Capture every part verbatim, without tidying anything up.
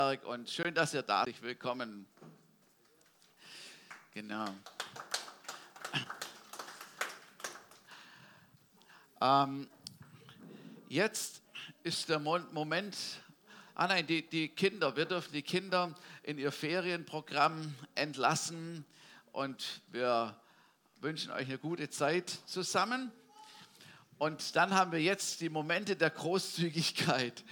Und schön, dass ihr da seid. Willkommen. Genau. Ähm, jetzt ist der Moment, ah nein, die, die Kinder, wir dürfen die Kinder in ihr Ferienprogramm entlassen und wir wünschen euch eine gute Zeit zusammen. Und dann haben wir jetzt die Momente der Großzügigkeit.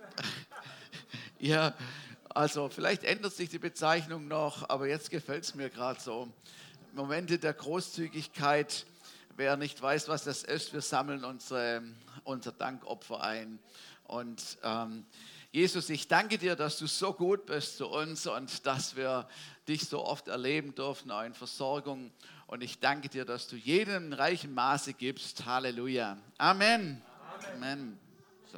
Ja, also vielleicht ändert sich die Bezeichnung noch, aber jetzt gefällt es mir gerade so. Momente der Großzügigkeit. Wer nicht weiß, was das ist, wir sammeln unsere, unser Dankopfer ein. Und ähm, Jesus, ich danke dir, dass du so gut bist zu uns und dass wir dich so oft erleben durften, auch in Versorgung. Und ich danke dir, dass du jedem in reichem Maße gibst. Halleluja. Amen. Amen. Amen. So.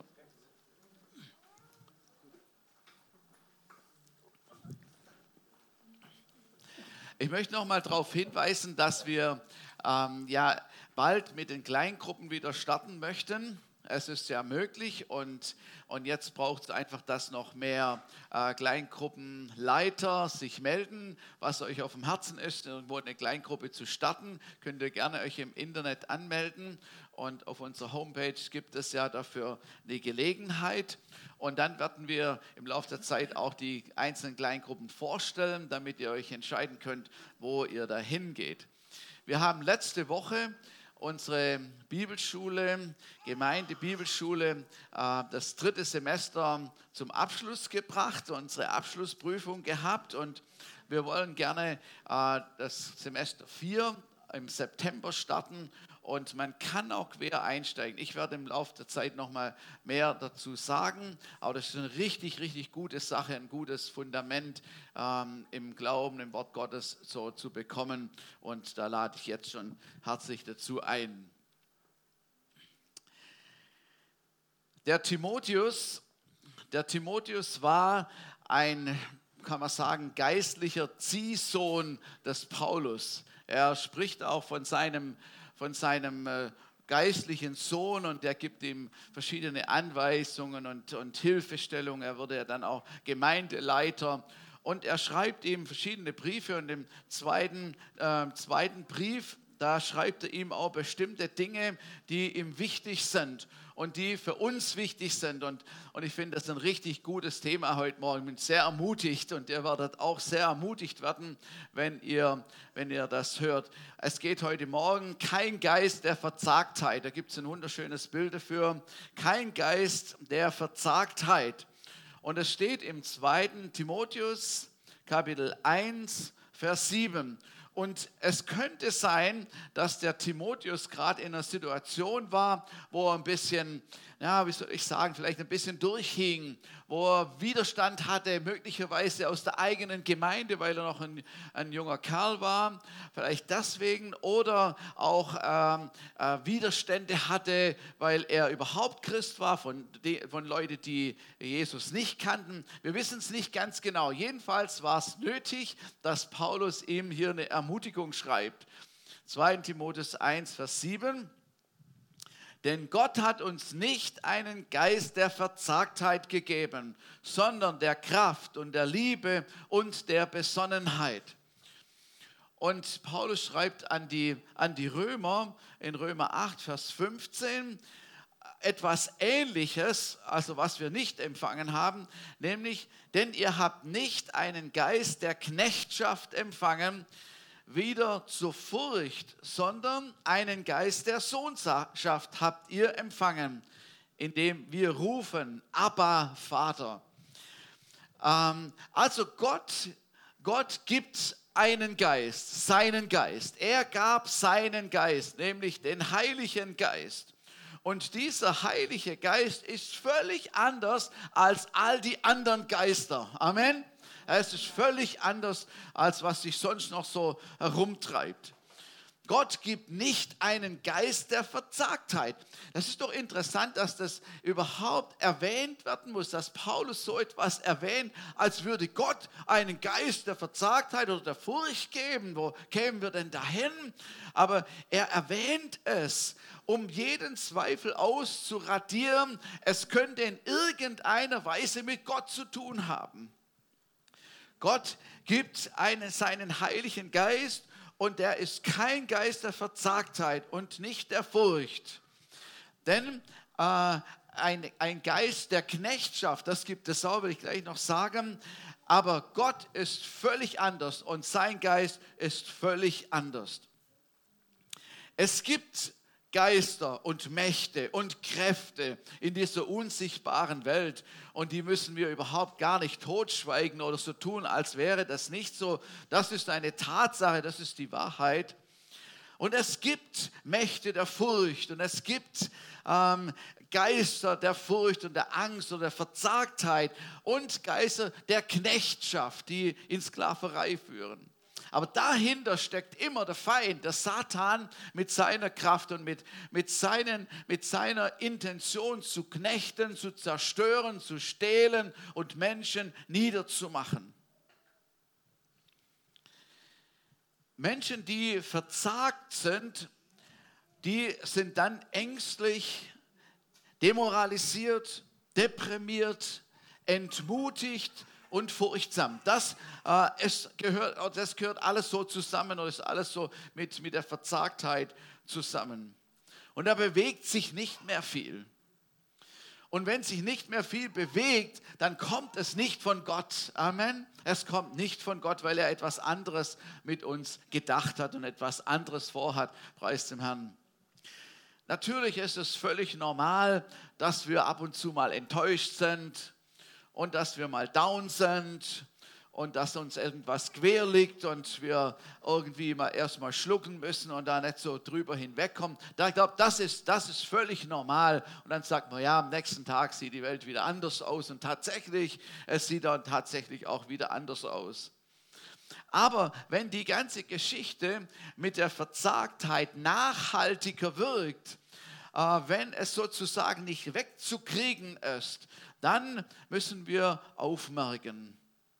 Ich möchte noch mal darauf hinweisen, dass wir ähm, ja bald mit den Kleingruppen wieder starten möchten. Es ist ja möglich und, und jetzt braucht es einfach, dass noch mehr äh, Kleingruppenleiter sich melden, was euch auf dem Herzen ist, irgendwo eine Kleingruppe zu starten. Könnt ihr gerne euch im Internet anmelden und auf unserer Homepage gibt es ja dafür eine Gelegenheit. Und dann werden wir im Laufe der Zeit auch die einzelnen Kleingruppen vorstellen, damit ihr euch entscheiden könnt, wo ihr da hingeht. Wir haben letzte Woche unsere Bibelschule, Gemeinde-Bibelschule, das dritte Semester zum Abschluss gebracht, unsere Abschlussprüfung gehabt und wir wollen gerne das Semester vier im September starten und man kann auch quer einsteigen. Ich werde im Laufe der Zeit noch mal mehr dazu sagen, aber das ist eine richtig, richtig gute Sache, ein gutes Fundament ähm, im Glauben, im Wort Gottes so zu bekommen und da lade ich jetzt schon herzlich dazu ein. Der Timotheus, der Timotheus war ein, kann man sagen, geistlicher Ziehsohn des Paulus. Er spricht auch von seinem von seinem äh, geistlichen Sohn und der gibt ihm verschiedene Anweisungen und, und Hilfestellungen. Er wurde ja dann auch Gemeindeleiter und er schreibt ihm verschiedene Briefe und im zweiten, äh, zweiten Brief, da schreibt er ihm auch bestimmte Dinge, die ihm wichtig sind und die für uns wichtig sind. Und, und ich finde, das ist ein richtig gutes Thema heute Morgen. Ich bin sehr ermutigt und ihr werdet auch sehr ermutigt werden, wenn ihr, wenn ihr das hört. Es geht heute Morgen kein Geist der Verzagtheit. Da gibt es ein wunderschönes Bild dafür. Kein Geist der Verzagtheit. Und es steht im zweiten Timotheus, Kapitel eins, Vers sieben. Und es könnte sein, dass der Timotheus gerade in einer Situation war, wo er ein bisschen, ja, wie soll ich sagen, vielleicht ein bisschen durchhing, wo er Widerstand hatte, möglicherweise aus der eigenen Gemeinde, weil er noch ein, ein junger Kerl war, vielleicht deswegen, oder auch ähm, äh, Widerstände hatte, weil er überhaupt Christ war, von, de, von Leuten, die Jesus nicht kannten. Wir wissen es nicht ganz genau. Jedenfalls war es nötig, dass Paulus ihm hier eine Ermutigung schreibt. zweiter Timotheus eins, Vers sieben. Denn Gott hat uns nicht einen Geist der Verzagtheit gegeben, sondern der Kraft und der Liebe und der Besonnenheit. Und Paulus schreibt an die, an die Römer in Römer acht, Vers fünfzehn, etwas Ähnliches, also was wir nicht empfangen haben, nämlich, denn ihr habt nicht einen Geist der Knechtschaft empfangen, wieder zur Furcht, sondern einen Geist der Sohnschaft habt ihr empfangen, indem wir rufen, Abba, Vater. Ähm, also Gott, Gott gibt einen Geist, seinen Geist. Er gab seinen Geist, nämlich den Heiligen Geist. Und dieser Heilige Geist ist völlig anders als all die anderen Geister. Amen. Es ist völlig anders, als was sich sonst noch so herumtreibt. Gott gibt nicht einen Geist der Verzagtheit. Das ist doch interessant, dass das überhaupt erwähnt werden muss, dass Paulus so etwas erwähnt, als würde Gott einen Geist der Verzagtheit oder der Furcht geben. Wo kämen wir denn dahin? Aber er erwähnt es, um jeden Zweifel auszuradieren. Es könnte in irgendeiner Weise mit Gott zu tun haben. Gott gibt einen, seinen Heiligen Geist und der ist kein Geist der Verzagtheit und nicht der Furcht. Denn äh, ein, ein Geist der Knechtschaft, das gibt es auch, will ich gleich noch sagen, aber Gott ist völlig anders und sein Geist ist völlig anders. Es gibt Geister und Mächte und Kräfte in dieser unsichtbaren Welt und die müssen wir überhaupt gar nicht totschweigen oder so tun, als wäre das nicht so. Das ist eine Tatsache, das ist die Wahrheit. Und es gibt Mächte der Furcht und es gibt ähm, Geister der Furcht und der Angst oder der Verzagtheit und Geister der Knechtschaft, die in Sklaverei führen. Aber dahinter steckt immer der Feind, der Satan mit seiner Kraft und mit, mit, seinen, mit seiner Intention zu knechten, zu zerstören, zu stehlen und Menschen niederzumachen. Menschen, die verzagt sind, die sind dann ängstlich, demoralisiert, deprimiert, entmutigt und furchtsam. Das, äh, es gehört, das gehört alles so zusammen oder ist alles so mit, mit der Verzagtheit zusammen. Und da bewegt sich nicht mehr viel. Und wenn sich nicht mehr viel bewegt, dann kommt es nicht von Gott. Amen. Es kommt nicht von Gott, weil er etwas anderes mit uns gedacht hat und etwas anderes vorhat. Preis dem Herrn. Natürlich ist es völlig normal, dass wir ab und zu mal enttäuscht sind und dass wir mal down sind und dass uns irgendwas quer liegt und wir irgendwie mal erstmal schlucken müssen und da nicht so drüber hinwegkommen. Ich glaube, das ist, das ist völlig normal. Und dann sagt man, ja, am nächsten Tag sieht die Welt wieder anders aus und tatsächlich, es sieht dann tatsächlich auch wieder anders aus. Aber wenn die ganze Geschichte mit der Verzagtheit nachhaltiger wirkt, äh, wenn es sozusagen nicht wegzukriegen ist, dann müssen wir aufmerken.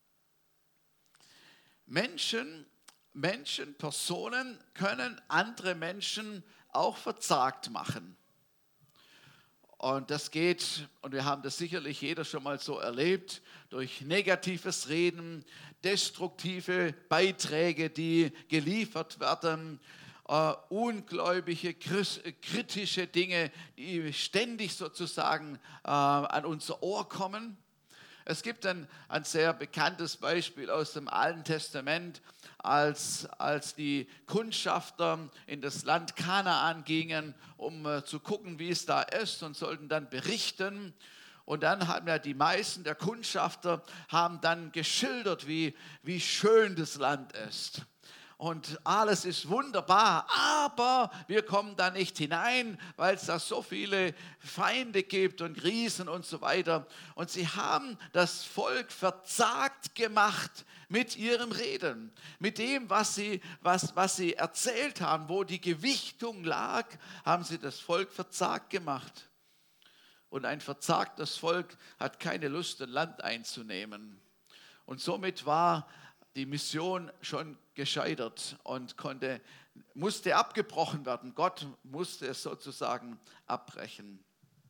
Menschen, Menschen, Personen können andere Menschen auch verzagt machen. Und das geht, und wir haben das sicherlich jeder schon mal so erlebt, durch negatives Reden, destruktive Beiträge, die geliefert werden, uh, ungläubige, kritische Dinge, die ständig sozusagen uh, an unser Ohr kommen. Es gibt ein, ein sehr bekanntes Beispiel aus dem Alten Testament, als, als die Kundschafter in das Land Kanaan gingen, um uh, zu gucken, wie es da ist, und sollten dann berichten. Und dann haben ja die meisten der Kundschafter haben dann geschildert, wie, wie schön das Land ist. Und alles ist wunderbar, aber wir kommen da nicht hinein, weil es da so viele Feinde gibt und Riesen und so weiter. Und sie haben das Volk verzagt gemacht mit ihrem Reden, mit dem, was sie, was, was sie erzählt haben, wo die Gewichtung lag, haben sie das Volk verzagt gemacht. Und ein verzagtes Volk hat keine Lust, ein Land einzunehmen. Und somit war die Mission schon gescheitert und konnte, musste abgebrochen werden. Gott musste es sozusagen abbrechen.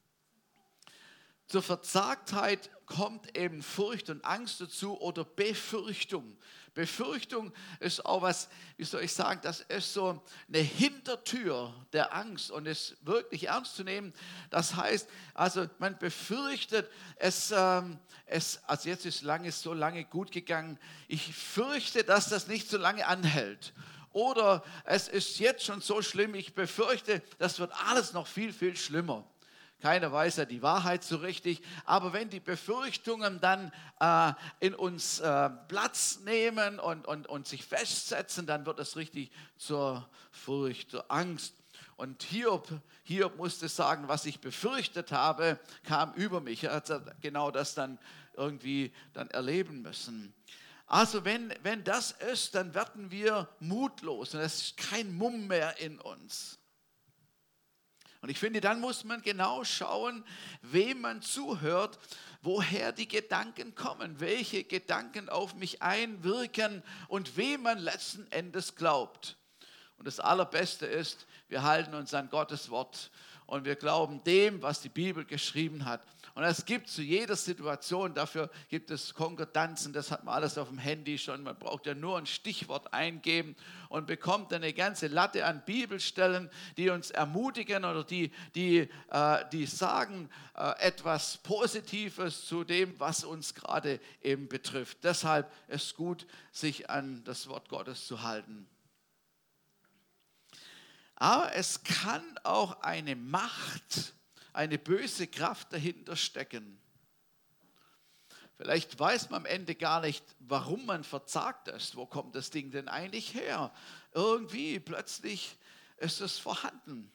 Zur Verzagtheit kommt eben Furcht und Angst dazu oder Befürchtung. Befürchtung ist auch was, wie soll ich sagen, das ist so eine Hintertür der Angst und ist wirklich ernst zu nehmen. Das heißt, also man befürchtet, es, ähm, es, also jetzt ist lange, so lange gut gegangen, ich fürchte, dass das nicht so lange anhält. Oder es ist jetzt schon so schlimm, ich befürchte, das wird alles noch viel, viel schlimmer. Keiner weiß ja die Wahrheit so richtig, aber wenn die Befürchtungen dann äh, in uns äh, Platz nehmen und, und, und sich festsetzen, dann wird es richtig zur Furcht, zur Angst. Und Hiob, Hiob musste sagen, was ich befürchtet habe, kam über mich. Er hat genau das dann irgendwie dann erleben müssen. Also wenn, wenn das ist, dann werden wir mutlos und es ist kein Mumm mehr in uns. Und ich finde, dann muss man genau schauen, wem man zuhört, woher die Gedanken kommen, welche Gedanken auf mich einwirken und wem man letzten Endes glaubt. Und das Allerbeste ist, wir halten uns an Gottes Wort und wir glauben dem, was die Bibel geschrieben hat. Und es gibt zu jeder Situation, dafür gibt es Konkordanzen, das hat man alles auf dem Handy schon. Man braucht ja nur ein Stichwort eingeben und bekommt eine ganze Latte an Bibelstellen, die uns ermutigen oder die, die, äh, die sagen äh, etwas Positives zu dem, was uns gerade eben betrifft. Deshalb ist es gut, sich an das Wort Gottes zu halten. Aber es kann auch eine Macht, eine böse Kraft dahinter stecken. Vielleicht weiß man am Ende gar nicht, warum man verzagt ist. Wo kommt das Ding denn eigentlich her? Irgendwie plötzlich ist es vorhanden.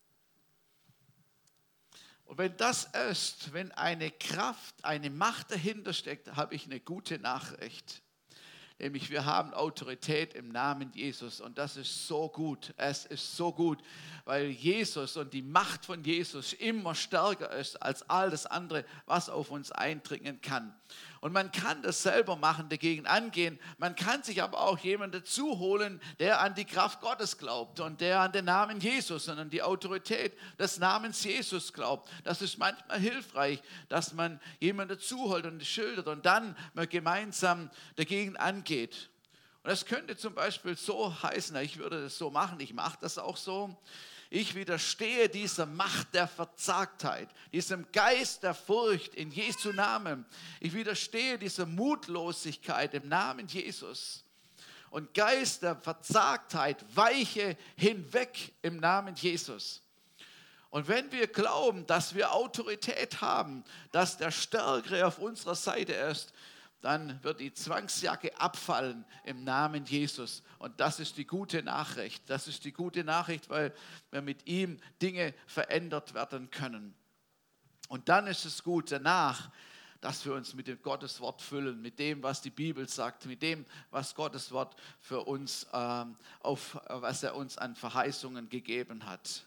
Und wenn das ist, wenn eine Kraft, eine Macht dahinter steckt, habe ich eine gute Nachricht. Nämlich wir haben Autorität im Namen Jesus und das ist so gut, es ist so gut, weil Jesus und die Macht von Jesus immer stärker ist als all das andere, was auf uns eindringen kann. Und man kann das selber machen, dagegen angehen, man kann sich aber auch jemanden dazu holen, der an die Kraft Gottes glaubt und der an den Namen Jesus und an die Autorität des Namens Jesus glaubt. Das ist manchmal hilfreich, dass man jemanden dazu holt und schildert und dann mal gemeinsam dagegen angeht. Und das könnte zum Beispiel so heißen, ich würde das so machen, ich mache das auch so. Ich widerstehe dieser Macht der Verzagtheit, diesem Geist der Furcht in Jesu Namen. Ich widerstehe dieser Mutlosigkeit im Namen Jesus. Und Geist der Verzagtheit, weiche hinweg im Namen Jesus. Und wenn wir glauben, dass wir Autorität haben, dass der Stärkere auf unserer Seite ist, dann wird die Zwangsjacke abfallen im Namen Jesus. Und das ist die gute Nachricht. Das ist die gute Nachricht, weil wir mit ihm Dinge verändert werden können. Und dann ist es gut danach, dass wir uns mit dem Gotteswort füllen, mit dem, was die Bibel sagt, mit dem, was Gottes Wort für uns, ähm, auf, was er uns an Verheißungen gegeben hat.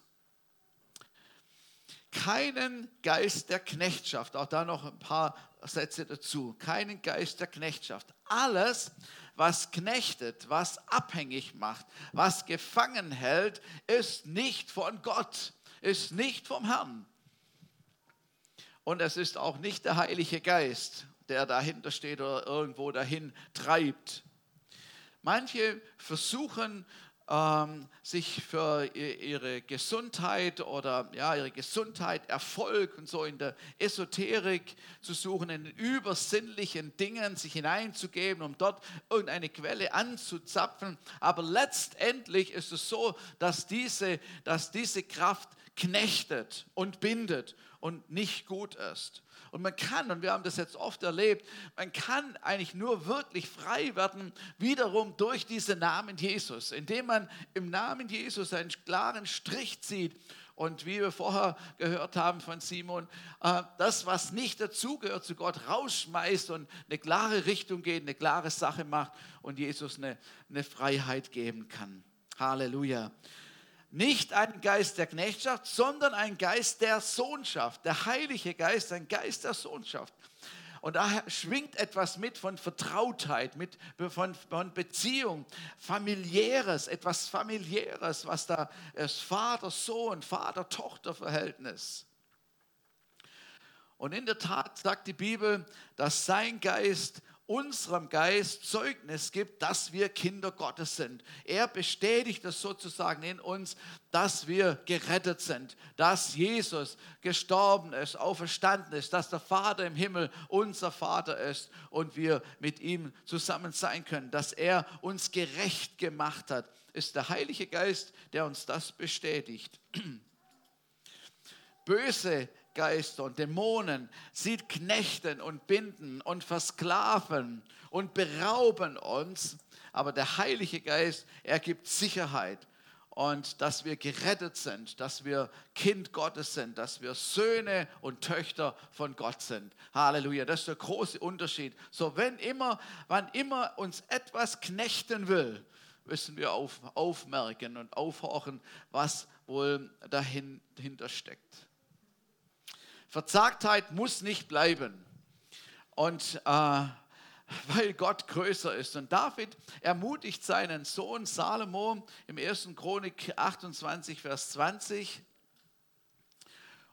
Keinen Geist der Knechtschaft, auch da noch ein paar Sätze dazu, keinen Geist der Knechtschaft. Alles, was knechtet, was abhängig macht, was gefangen hält, ist nicht von Gott, ist nicht vom Herrn. Und es ist auch nicht der Heilige Geist, der dahinter steht oder irgendwo dahin treibt. Manche versuchen, ähm, sich für ihre Gesundheit oder ja, ihre Gesundheit, Erfolg und so in der Esoterik zu suchen, in den übersinnlichen Dingen sich hineinzugeben, um dort irgendeine Quelle anzuzapfen. Aber letztendlich ist es so, dass diese, dass diese Kraft knechtet und bindet und nicht gut ist. Und man kann, und wir haben das jetzt oft erlebt, man kann eigentlich nur wirklich frei werden, wiederum durch diesen Namen Jesus, indem man im Namen Jesus einen klaren Strich zieht und wie wir vorher gehört haben von Simon, das, was nicht dazugehört zu Gott, rausschmeißt und eine klare Richtung geht, eine klare Sache macht und Jesus eine, eine Freiheit geben kann. Halleluja. Nicht ein Geist der Knechtschaft, sondern ein Geist der Sohnschaft. Der Heilige Geist, ein Geist der Sohnschaft. Und da schwingt etwas mit von Vertrautheit, mit, von, von Beziehung, familiäres, etwas familiäres, was da ist, Vater-Sohn, Vater-Tochter-Verhältnis. Und in der Tat sagt die Bibel, dass sein Geist unserem Geist Zeugnis gibt, dass wir Kinder Gottes sind. Er bestätigt es sozusagen in uns, dass wir gerettet sind, dass Jesus gestorben ist, auferstanden ist, dass der Vater im Himmel unser Vater ist und wir mit ihm zusammen sein können, dass er uns gerecht gemacht hat. Ist der Heilige Geist, der uns das bestätigt. Böse Geister und Dämonen, sie knechten und binden und versklaven und berauben uns. Aber der Heilige Geist, er gibt Sicherheit und dass wir gerettet sind, dass wir Kind Gottes sind, dass wir Söhne und Töchter von Gott sind. Halleluja, das ist der große Unterschied. So, wenn immer, wann immer uns etwas knechten will, müssen wir auf, aufmerken und aufhorchen, was wohl dahinter steckt. Verzagtheit muss nicht bleiben, und äh, weil Gott größer ist. Und David ermutigt seinen Sohn Salomo im ersten Chronik achtundzwanzig, Vers zwanzig.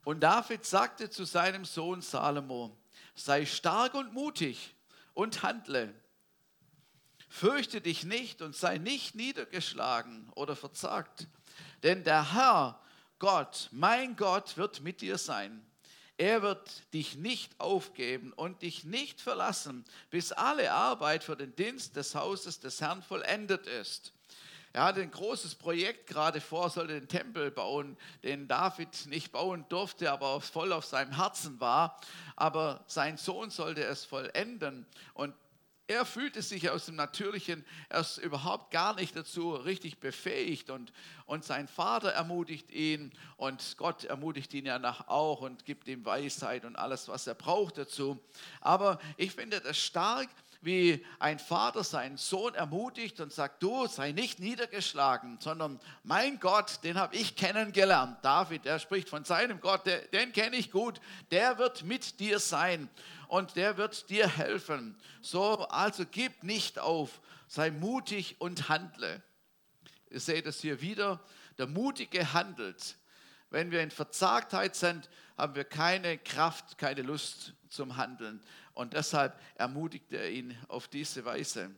Und David sagte zu seinem Sohn Salomo: Sei stark und mutig und handle. Fürchte dich nicht und sei nicht niedergeschlagen oder verzagt. Denn der Herr, Gott, mein Gott, wird mit dir sein. Er wird dich nicht aufgeben und dich nicht verlassen, bis alle Arbeit für den Dienst des Hauses des Herrn vollendet ist. Er hatte ein großes Projekt gerade vor, sollte den Tempel bauen, den David nicht bauen durfte, aber voll auf seinem Herzen war. Aber sein Sohn sollte es vollenden. Und er fühlte sich aus dem Natürlichen erst überhaupt gar nicht dazu richtig befähigt. Und, und sein Vater ermutigt ihn und Gott ermutigt ihn ja nach auch und gibt ihm Weisheit und alles, was er braucht dazu. Aber ich finde das stark, wie ein Vater seinen Sohn ermutigt und sagt: Du, sei nicht niedergeschlagen, sondern mein Gott, den habe ich kennengelernt. David, der spricht von seinem Gott, der, den kenne ich gut, der wird mit dir sein und der wird dir helfen. So, also gib nicht auf, sei mutig und handle. Ihr seht es hier wieder, der Mutige handelt. Wenn wir in Verzagtheit sind, haben wir keine Kraft, keine Lust zum Handeln. Und deshalb ermutigt er ihn auf diese Weise.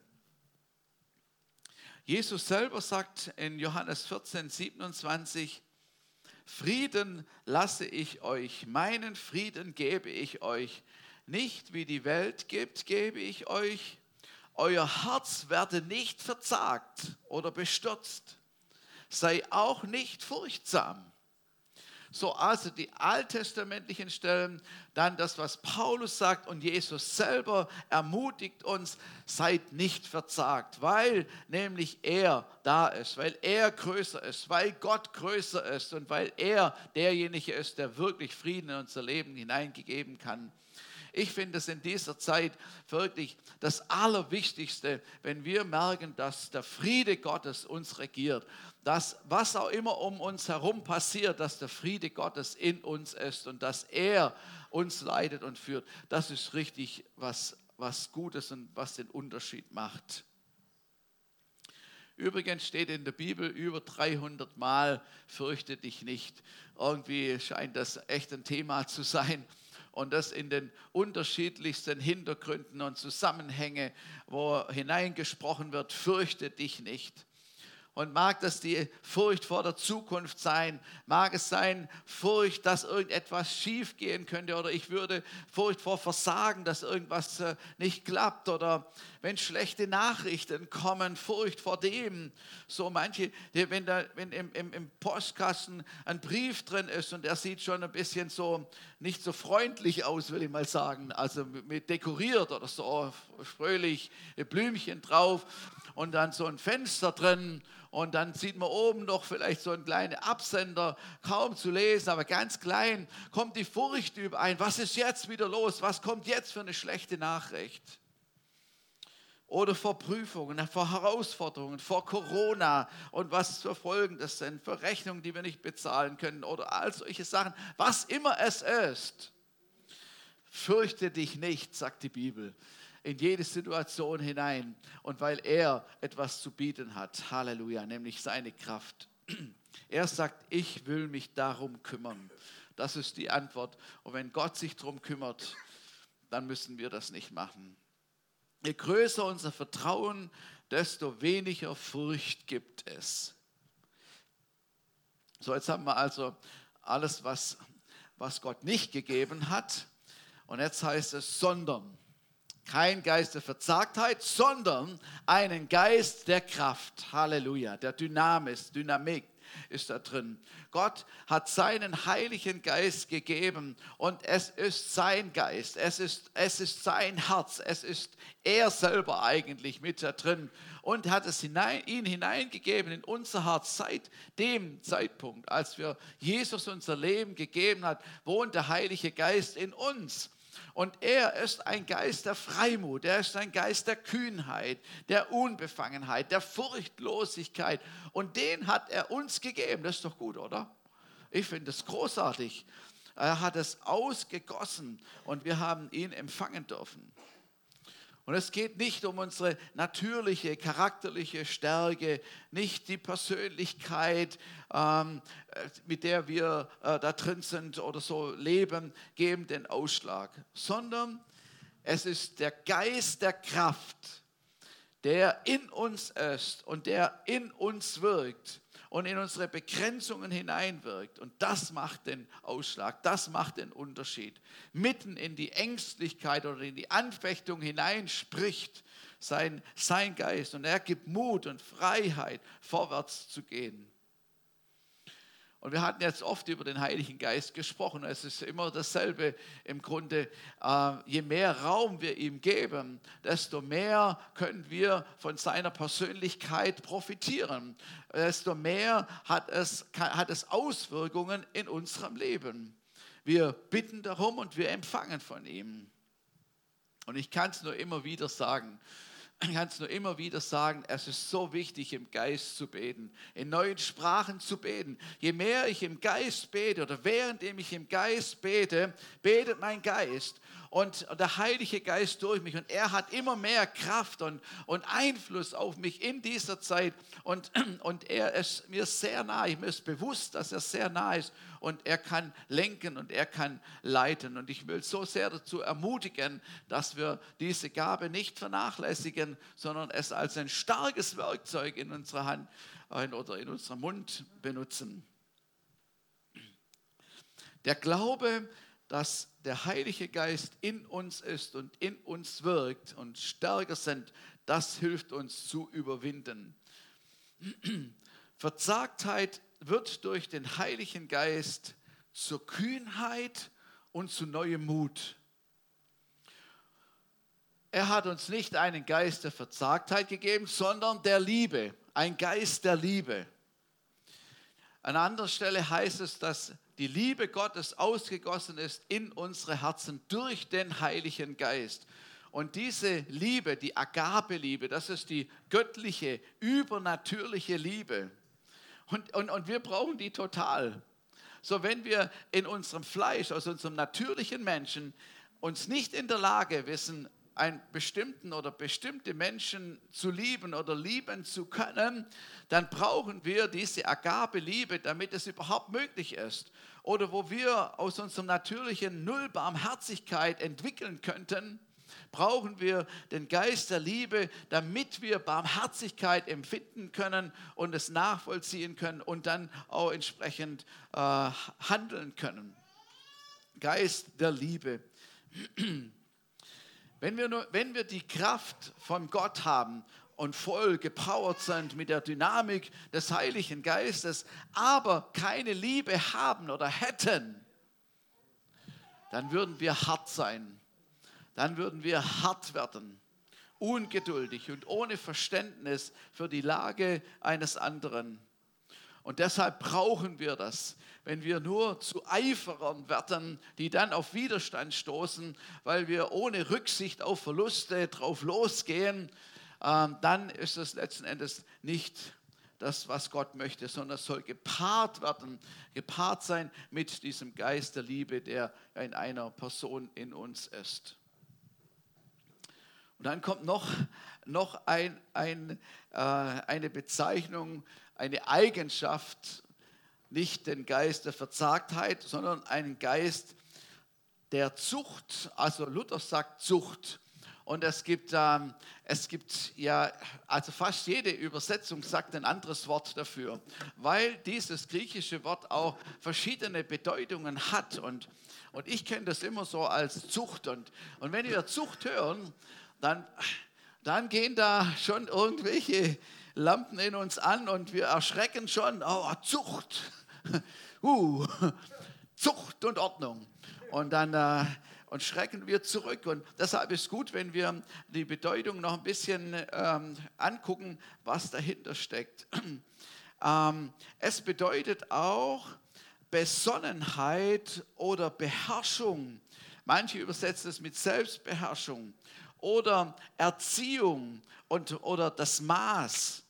Jesus selber sagt in Johannes vierzehn, siebenundzwanzig: Frieden lasse ich euch, meinen Frieden gebe ich euch. Nicht wie die Welt gibt, gebe ich euch. Euer Herz werde nicht verzagt oder bestürzt. Sei auch nicht furchtsam. So, also die alttestamentlichen Stellen, dann das, was Paulus sagt, und Jesus selber ermutigt uns: Seid nicht verzagt, weil nämlich er da ist, weil er größer ist, weil Gott größer ist und weil er derjenige ist, der wirklich Frieden in unser Leben hineingegeben kann. Ich finde es in dieser Zeit wirklich das Allerwichtigste, wenn wir merken, dass der Friede Gottes uns regiert, dass was auch immer um uns herum passiert, dass der Friede Gottes in uns ist und dass er uns leitet und führt. Das ist richtig was, was Gutes und was den Unterschied macht. Übrigens steht in der Bibel über dreihundert Mal: Fürchte dich nicht. Irgendwie scheint das echt ein Thema zu sein. Und das in den unterschiedlichsten Hintergründen und Zusammenhänge, wo hineingesprochen wird: Fürchte dich nicht. Und mag das die Furcht vor der Zukunft sein, mag es sein, Furcht, dass irgendetwas schief gehen könnte, oder ich würde Furcht vor Versagen, dass irgendwas nicht klappt, oder wenn schlechte Nachrichten kommen, Furcht vor dem. So manche, wenn, da, wenn im, im, im Postkasten ein Brief drin ist und der sieht schon ein bisschen so nicht so freundlich aus, will ich mal sagen, also mit dekoriert oder so, fröhlich, Blümchen drauf und dann so ein Fenster drin. Und dann sieht man oben noch vielleicht so einen kleinen Absender, kaum zu lesen, aber ganz klein, kommt die Furcht über ein. Was ist jetzt wieder los? Was kommt jetzt für eine schlechte Nachricht? Oder vor Prüfungen, vor Herausforderungen, vor Corona und was für Folgen das sind, für Rechnungen, die wir nicht bezahlen können oder all solche Sachen. Was immer es ist, fürchte dich nicht, sagt die Bibel, in jede Situation hinein, und weil er etwas zu bieten hat, Halleluja, nämlich seine Kraft. Er sagt: Ich will mich darum kümmern. Das ist die Antwort. Und wenn Gott sich darum kümmert, dann müssen wir das nicht machen. Je größer unser Vertrauen, desto weniger Furcht gibt es. So, jetzt haben wir also alles, was, was Gott nicht gegeben hat. Und jetzt heißt es: sondern. Kein Geist der Verzagtheit, sondern einen Geist der Kraft. Halleluja, der Dynamis, Dynamik ist da drin. Gott hat seinen Heiligen Geist gegeben und es ist sein Geist, es ist, es ist sein Herz, es ist er selber eigentlich mit da drin und hat es hinein, ihn hineingegeben in unser Herz. Seit dem Zeitpunkt, als wir Jesus unser Leben gegeben hat, wohnt der Heilige Geist in uns. Und er ist ein Geist der Freimut, er ist ein Geist der Kühnheit, der Unbefangenheit, der Furchtlosigkeit. Und den hat er uns gegeben. Das ist doch gut, oder? Ich finde es großartig. Er hat es ausgegossen und wir haben ihn empfangen dürfen. Und es geht nicht um unsere natürliche, charakterliche Stärke, nicht die Persönlichkeit, ähm, mit der wir äh, da drin sind oder so leben, geben den Ausschlag, sondern es ist der Geist der Kraft, der in uns ist und der in uns wirkt und in unsere Begrenzungen hineinwirkt. Und das macht den Ausschlag, das macht den Unterschied. Mitten in die Ängstlichkeit oder in die Anfechtung hinein spricht sein, sein Geist und er gibt Mut und Freiheit, vorwärts zu gehen. Und wir hatten jetzt oft über den Heiligen Geist gesprochen. Es ist immer dasselbe im Grunde. Äh, je mehr Raum wir ihm geben, desto mehr können wir von seiner Persönlichkeit profitieren. Desto mehr hat es, hat es Auswirkungen in unserem Leben. Wir bitten darum und wir empfangen von ihm. Und ich kann es nur immer wieder sagen. Ich kann es nur immer wieder sagen, es ist so wichtig, im Geist zu beten, in neuen Sprachen zu beten. Je mehr ich im Geist bete oder währenddem ich im Geist bete, betet mein Geist und der Heilige Geist durch mich. Und er hat immer mehr Kraft und, und Einfluss auf mich in dieser Zeit. Und, und er ist mir sehr nahe. Mir ist bewusst, dass er sehr nahe ist. Und er kann lenken und er kann leiten. Und ich will so sehr dazu ermutigen, dass wir diese Gabe nicht vernachlässigen, sondern es als ein starkes Werkzeug in unserer Hand oder in unserem Mund benutzen. Der Glaube, dass der Heilige Geist in uns ist und in uns wirkt und stärker sind, das hilft uns zu überwinden. Verzagtheit wird durch den Heiligen Geist zur Kühnheit und zu neuem Mut. Er hat uns nicht einen Geist der Verzagtheit gegeben, sondern der Liebe, ein Geist der Liebe. An anderer Stelle heißt es, dass die Liebe Gottes ausgegossen ist in unsere Herzen durch den Heiligen Geist. Und diese Liebe, die Agape-Liebe, das ist die göttliche, übernatürliche Liebe. Und, und, und wir brauchen die total. So, wenn wir in unserem Fleisch, aus unserem natürlichen Menschen, uns nicht in der Lage wissen, einen bestimmten oder bestimmte Menschen zu lieben oder lieben zu können, dann brauchen wir diese Agape-Liebe, damit es überhaupt möglich ist. Oder wo wir aus unserem natürlichen Null Barmherzigkeit entwickeln könnten, brauchen wir den Geist der Liebe, damit wir Barmherzigkeit empfinden können und es nachvollziehen können und dann auch entsprechend äh, handeln können. Geist der Liebe. Wenn wir, nur, wenn wir die Kraft von Gott haben und voll gepowert sind mit der Dynamik des Heiligen Geistes, aber keine Liebe haben oder hätten, dann würden wir hart sein. Dann würden wir hart werden, ungeduldig und ohne Verständnis für die Lage eines anderen. Und deshalb brauchen wir das. Wenn wir nur zu Eiferern werden, die dann auf Widerstand stoßen, weil wir ohne Rücksicht auf Verluste drauf losgehen, dann ist es letzten Endes nicht das, was Gott möchte, sondern es soll gepaart werden, gepaart sein mit diesem Geist der Liebe, der in einer Person in uns ist. Und dann kommt noch, noch ein, ein, äh, eine Bezeichnung, eine Eigenschaft, nicht den Geist der Verzagtheit, sondern einen Geist der Zucht. Also Luther sagt Zucht. Und es gibt, ähm, es gibt ja, also fast jede Übersetzung sagt ein anderes Wort dafür, weil dieses griechische Wort auch verschiedene Bedeutungen hat. Und, und ich kenne das immer so als Zucht. Und, und wenn wir Zucht hören, Dann, dann gehen da schon irgendwelche Lampen in uns an und wir erschrecken schon. Oh, Zucht, uh, Zucht und Ordnung. Und dann äh, und schrecken wir zurück. Und deshalb ist es gut, wenn wir die Bedeutung noch ein bisschen ähm, angucken, was dahinter steckt. ähm, es bedeutet auch Besonnenheit oder Beherrschung. Manche übersetzen es mit Selbstbeherrschung. Oder Erziehung und, oder das Maß.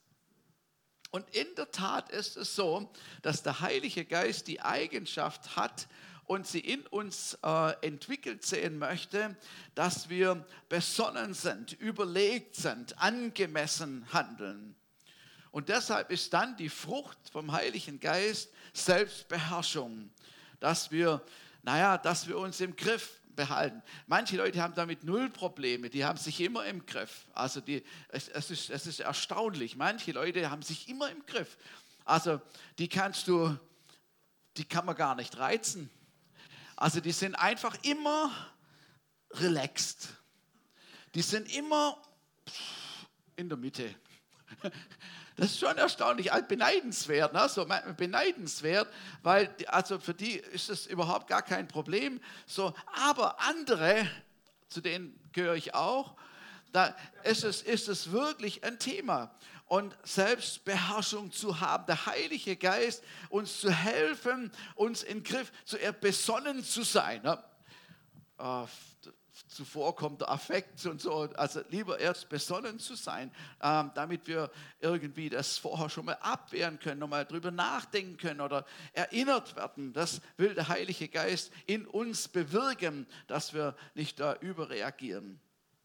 Und in der Tat ist es so, dass der Heilige Geist die Eigenschaft hat, und sie in uns äh, entwickelt sehen möchte, dass wir besonnen sind, überlegt sind, angemessen handeln. Und deshalb ist dann die Frucht vom Heiligen Geist Selbstbeherrschung, dass wir, naja, dass wir uns im Griff behalten. Manche Leute haben damit null Probleme, die haben sich immer im Griff. Also die, es, es, ist, es ist erstaunlich, manche Leute haben sich immer im Griff. Also die kannst du, die kann man gar nicht reizen. Also die sind einfach immer relaxed. Die sind immer in der Mitte. Das ist schon erstaunlich, beneidenswert, ne? So beneidenswert, weil also für die ist es überhaupt gar kein Problem. So, aber andere, zu denen gehöre ich auch, da ist es, ist es wirklich ein Thema. Und Selbstbeherrschung zu haben, der Heilige Geist uns zu helfen, uns in Griff, zu besonnen zu sein. Ne? Äh, Zuvor kommt der Affekt und so, also lieber erst besonnen zu sein, ähm, damit wir irgendwie das vorher schon mal abwehren können, nochmal drüber nachdenken können oder erinnert werden. Das will der Heilige Geist in uns bewirken, dass wir nicht da überreagieren.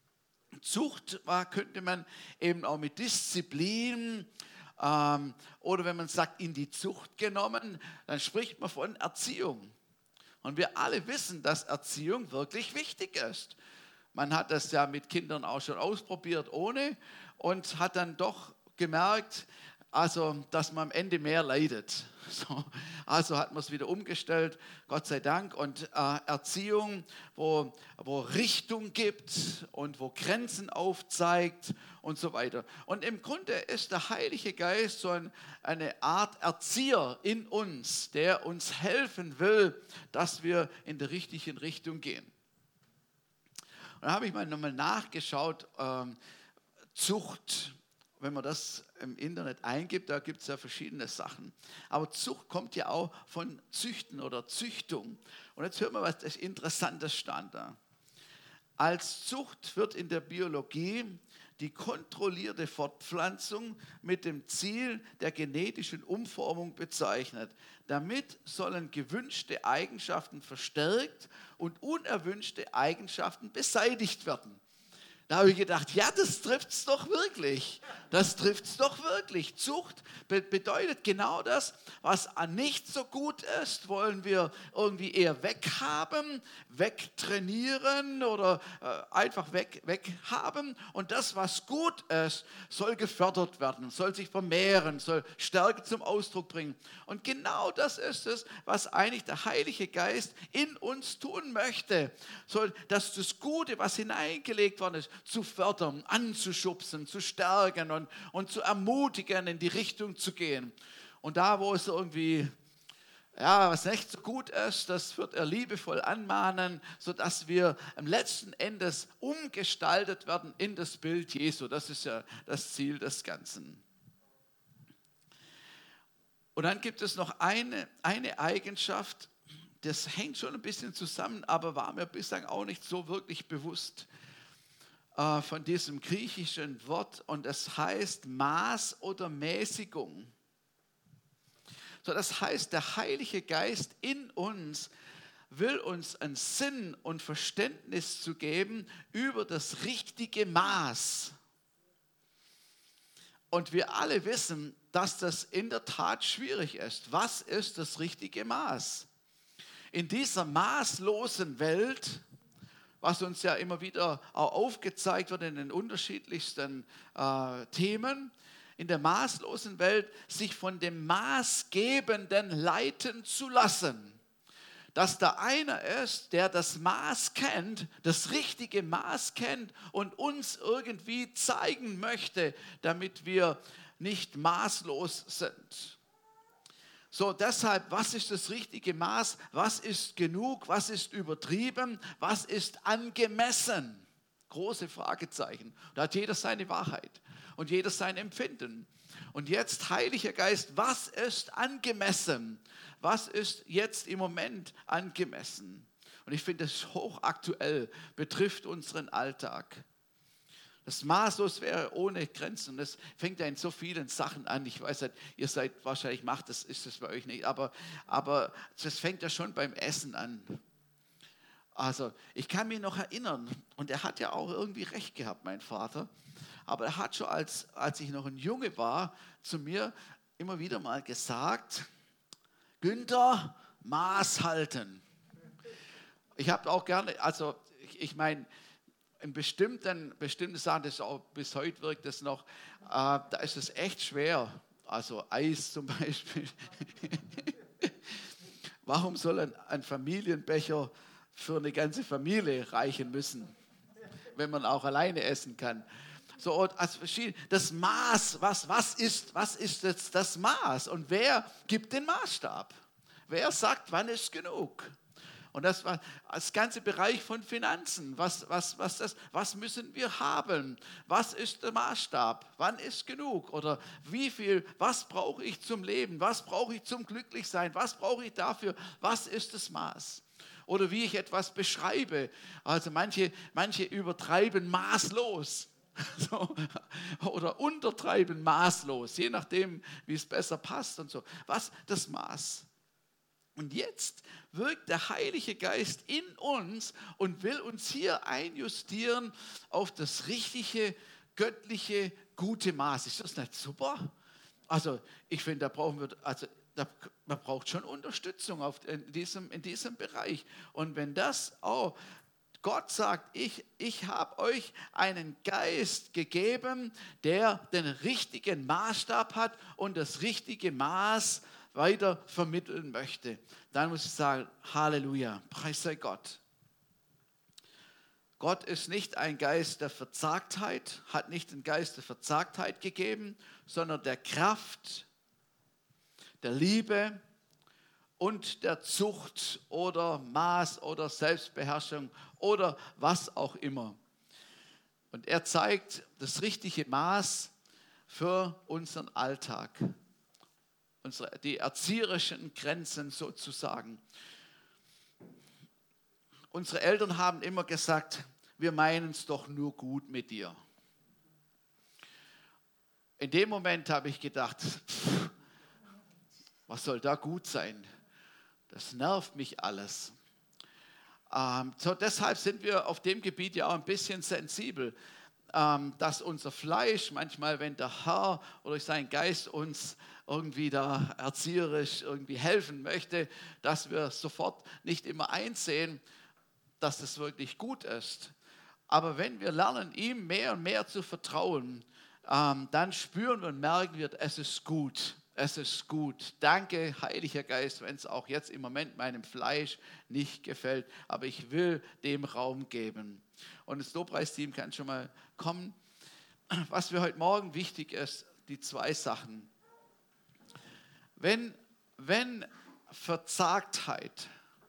Zucht äh, könnte man eben auch mit Disziplin ähm, oder wenn man sagt, in die Zucht genommen, dann spricht man von Erziehung. Und wir alle wissen, dass Erziehung wirklich wichtig ist. Man hat das ja mit Kindern auch schon ausprobiert ohne und hat dann doch gemerkt, also, dass man am Ende mehr leidet. So, also hat man es wieder umgestellt, Gott sei Dank. Und äh, Erziehung, wo, wo Richtung gibt und wo Grenzen aufzeigt und so weiter. Und im Grunde ist der Heilige Geist so ein, eine Art Erzieher in uns, der uns helfen will, dass wir in der richtigen Richtung gehen. Und da habe ich mal nochmal nachgeschaut, ähm, Zucht. Wenn man das im Internet eingibt, da gibt es ja verschiedene Sachen. Aber Zucht kommt ja auch von Züchten oder Züchtung. Und jetzt hören wir, was das Interessantes stand da. Als Zucht wird in der Biologie die kontrollierte Fortpflanzung mit dem Ziel der genetischen Umformung bezeichnet. Damit sollen gewünschte Eigenschaften verstärkt und unerwünschte Eigenschaften beseitigt werden. Da habe ich gedacht, ja, das trifft es doch wirklich. Das trifft es doch wirklich. Zucht be- bedeutet genau das, was nicht so gut ist, wollen wir irgendwie eher weghaben, wegtrainieren oder äh, einfach weg, weghaben. Und das, was gut ist, soll gefördert werden, soll sich vermehren, soll Stärke zum Ausdruck bringen. Und genau das ist es, was eigentlich der Heilige Geist in uns tun möchte. Soll, dass das Gute, was hineingelegt worden ist, zu fördern, anzuschubsen, zu stärken und, und zu ermutigen, in die Richtung zu gehen. Und da, wo es irgendwie, ja, was nicht so gut ist, das wird er liebevoll anmahnen, sodass wir am letzten Endes umgestaltet werden in das Bild Jesu. Das ist ja das Ziel des Ganzen. Und dann gibt es noch eine, eine Eigenschaft, das hängt schon ein bisschen zusammen, aber war mir bislang auch nicht so wirklich bewusst äh, von diesem griechischen Wort. Und es heißt Maß oder Mäßigung. So, das heißt, der Heilige Geist in uns will uns einen Sinn und Verständnis zu geben über das richtige Maß. Und wir alle wissen, dass das in der Tat schwierig ist. Was ist das richtige Maß? In dieser maßlosen Welt, was uns ja immer wieder auch aufgezeigt wird in den unterschiedlichsten äh, Themen, in der maßlosen Welt sich von dem Maßgebenden leiten zu lassen. Dass da einer ist, der das Maß kennt, das richtige Maß kennt und uns irgendwie zeigen möchte, damit wir nicht maßlos sind. So, deshalb, was ist das richtige Maß? Was ist genug? Was ist übertrieben? Was ist angemessen? Große Fragezeichen. Da hat jeder seine Wahrheit und jeder sein Empfinden. Und jetzt, Heiliger Geist, was ist angemessen? Was ist jetzt im Moment angemessen? Und ich finde es hochaktuell, betrifft unseren Alltag. Das Maßlos wäre ohne Grenzen. Und das fängt ja in so vielen Sachen an. Ich weiß nicht, ihr seid wahrscheinlich, macht das, ist das bei euch nicht. Aber, aber das fängt ja schon beim Essen an. Also ich kann mich noch erinnern, und er hat ja auch irgendwie recht gehabt, mein Vater. Aber er hat schon, als, als ich noch ein Junge war, zu mir immer wieder mal gesagt, Günther, Maß halten. Ich habe auch gerne, also ich, ich meine, in bestimmten, bestimmten Sachen, das auch bis heute wirkt das noch, äh, da ist es echt schwer. Also Eis zum Beispiel. Warum soll ein, ein Familienbecher für eine ganze Familie reichen müssen, wenn man auch alleine essen kann? So, also das Maß, was, was, ist, was ist jetzt das Maß? Und wer gibt den Maßstab? Wer sagt, wann ist genug? Und das war das ganze Bereich von Finanzen. Was, was, was, das, was müssen wir haben? Was ist der Maßstab? Wann ist genug? Oder wie viel, was brauche ich zum Leben? Was brauche ich zum Glücklichsein? Was brauche ich dafür? Was ist das Maß? Oder wie ich etwas beschreibe. Also manche, manche übertreiben maßlos. So, oder untertreiben maßlos, je nachdem, wie es besser passt und so. Was? Das Maß. Und jetzt wirkt der Heilige Geist in uns und will uns hier einjustieren auf das richtige, göttliche, gute Maß. Ist das nicht super? Also ich finde, da brauchen wir, also da, man braucht schon Unterstützung auf, in, diesem, in diesem Bereich. Und wenn das auch Gott sagt, ich, ich habe euch einen Geist gegeben, der den richtigen Maßstab hat und das richtige Maß weiter vermitteln möchte. Dann muss ich sagen, Halleluja, preis sei Gott. Gott ist nicht ein Geist der Verzagtheit, hat nicht den Geist der Verzagtheit gegeben, sondern der Kraft, der Liebe und der Zucht oder Maß oder Selbstbeherrschung oder was auch immer. Und er zeigt das richtige Maß für unseren Alltag, unsere, die erzieherischen Grenzen sozusagen. Unsere Eltern haben immer gesagt, wir meinen es doch nur gut mit dir. In dem Moment habe ich gedacht, pff, was soll da gut sein? Das nervt mich alles. Ähm, so deshalb sind wir auf dem Gebiet ja auch ein bisschen sensibel, ähm, dass unser Fleisch manchmal, wenn der Herr oder sein Geist uns irgendwie da erzieherisch irgendwie helfen möchte, dass wir sofort nicht immer einsehen, dass das wirklich gut ist. Aber wenn wir lernen, ihm mehr und mehr zu vertrauen, ähm, dann spüren wir und merken wir, es ist gut. Es ist gut. Danke, Heiliger Geist, wenn es auch jetzt im Moment meinem Fleisch nicht gefällt. Aber ich will dem Raum geben. Und das Lobpreisteam kann schon mal kommen. Was für heute Morgen wichtig ist, die zwei Sachen. Wenn, wenn Verzagtheit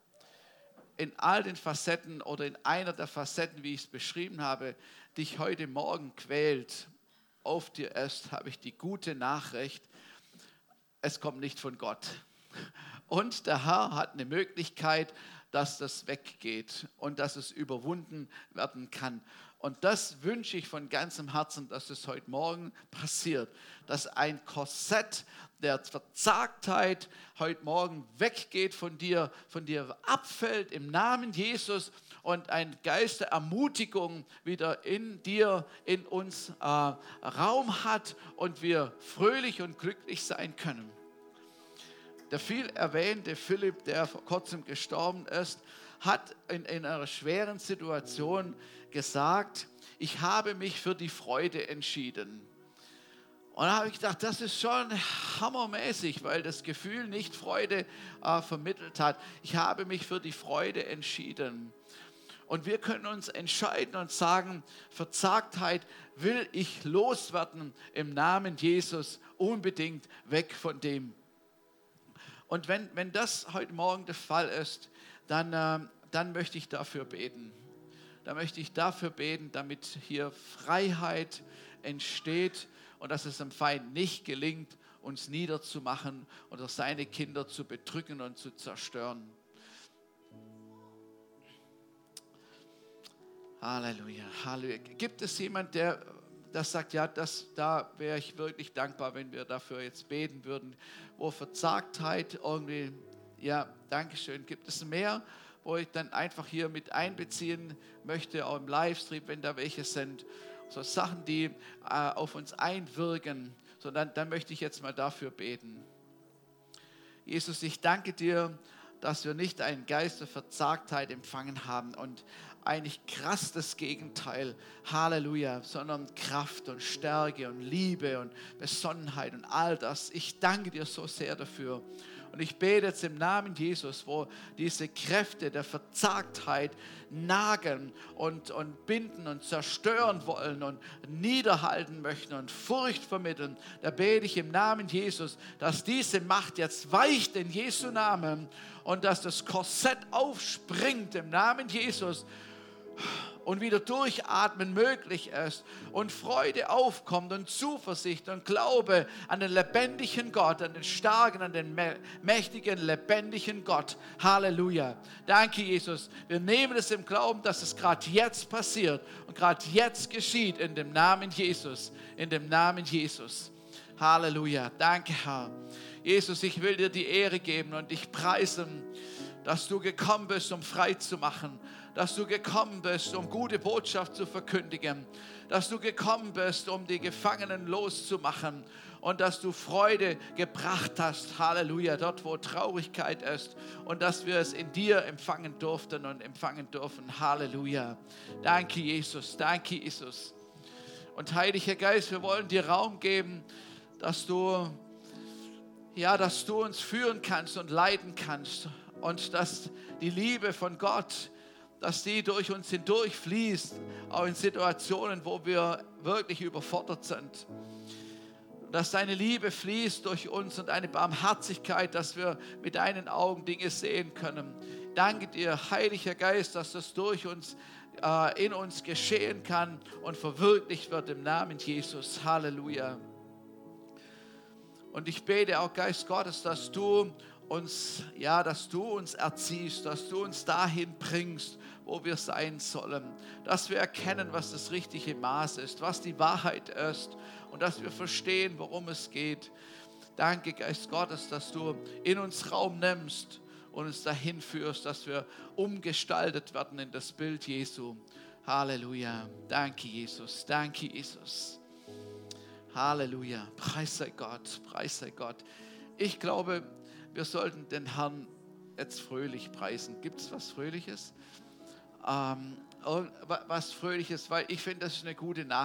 in all den Facetten oder in einer der Facetten, wie ich es beschrieben habe, dich heute Morgen quält, auf dir ist, habe ich die gute Nachricht, es kommt nicht von Gott. Und der Herr hat eine Möglichkeit, dass das weggeht und dass es überwunden werden kann. Und das wünsche ich von ganzem Herzen, dass es heute Morgen passiert, dass ein Korsett der Verzagtheit heute Morgen weggeht von dir, von dir abfällt im Namen Jesus und ein Geist der Ermutigung wieder in dir, in uns äh, Raum hat und wir fröhlich und glücklich sein können. Der viel erwähnte Philipp, der vor kurzem gestorben ist, hat in, in einer schweren Situation gesagt, ich habe mich für die Freude entschieden. Und da habe ich gedacht, das ist schon hammermäßig, weil das Gefühl nicht Freude äh, vermittelt hat. Ich habe mich für die Freude entschieden. Und wir können uns entscheiden und sagen, Verzagtheit will ich loswerden im Namen Jesus, unbedingt weg von dem. Und wenn, wenn das heute Morgen der Fall ist, dann, äh, dann möchte ich dafür beten. Da möchte ich dafür beten, damit hier Freiheit entsteht und dass es dem Feind nicht gelingt, uns niederzumachen oder seine Kinder zu bedrücken und zu zerstören. Halleluja, Halleluja. Gibt es jemanden, der das sagt, ja, das, da wäre ich wirklich dankbar, wenn wir dafür jetzt beten würden, wo Verzagtheit irgendwie, ja, Dankeschön, gibt es mehr, wo ich dann einfach hier mit einbeziehen möchte, auch im Livestream, wenn da welche sind, so Sachen, die äh, auf uns einwirken, so dann, dann möchte ich jetzt mal dafür beten. Jesus, ich danke dir, dass wir nicht einen Geist der Verzagtheit empfangen haben und eigentlich krass das Gegenteil, Halleluja, sondern Kraft und Stärke und Liebe und Besonnenheit und all das. Ich danke dir so sehr dafür. Und ich bete jetzt im Namen Jesus, wo diese Kräfte der Verzagtheit nagen und, und binden und zerstören wollen und niederhalten möchten und Furcht vermitteln. Da bete ich im Namen Jesus, dass diese Macht jetzt weicht in Jesu Namen und dass das Korsett aufspringt im Namen Jesus und wieder durchatmen möglich ist und Freude aufkommt und Zuversicht und Glaube an den lebendigen Gott, an den starken, an den mächtigen, lebendigen Gott. Halleluja. Danke, Jesus. Wir nehmen es im Glauben, dass es gerade jetzt passiert und gerade jetzt geschieht in dem Namen Jesus, in dem Namen Jesus. Halleluja. Danke, Herr. Jesus, ich will dir die Ehre geben und dich preisen, dass du gekommen bist, um frei zu machen, dass du gekommen bist, um gute Botschaft zu verkündigen, dass du gekommen bist, um die Gefangenen loszumachen und dass du Freude gebracht hast, Halleluja, dort wo Traurigkeit ist und dass wir es in dir empfangen durften und empfangen dürfen, Halleluja. Danke, Jesus, danke, Jesus. Und Heiliger Geist, wir wollen dir Raum geben, dass du, ja, dass du uns führen kannst und leiten kannst und dass die Liebe von Gott, dass die durch uns hindurch fließt, auch in Situationen, wo wir wirklich überfordert sind. Dass deine Liebe fließt durch uns und eine Barmherzigkeit, dass wir mit deinen Augen Dinge sehen können. Danke dir, Heiliger Geist, dass das durch uns, äh, in uns geschehen kann und verwirklicht wird im Namen Jesus. Halleluja. Und ich bete auch, Geist Gottes, dass du uns, ja, dass du uns erziehst, dass du uns dahin bringst, wo wir sein sollen, dass wir erkennen, was das richtige Maß ist, was die Wahrheit ist und dass wir verstehen, worum es geht. Danke, Geist Gottes, dass du in uns Raum nimmst und uns dahin führst, dass wir umgestaltet werden in das Bild Jesu. Halleluja. Danke, Jesus. Danke, Jesus. Halleluja. Preis sei Gott. Preis sei Gott. Ich glaube, wir sollten den Herrn jetzt fröhlich preisen. Gibt es was Fröhliches? Ähm, was Fröhliches, weil ich finde, das ist eine gute Nachricht.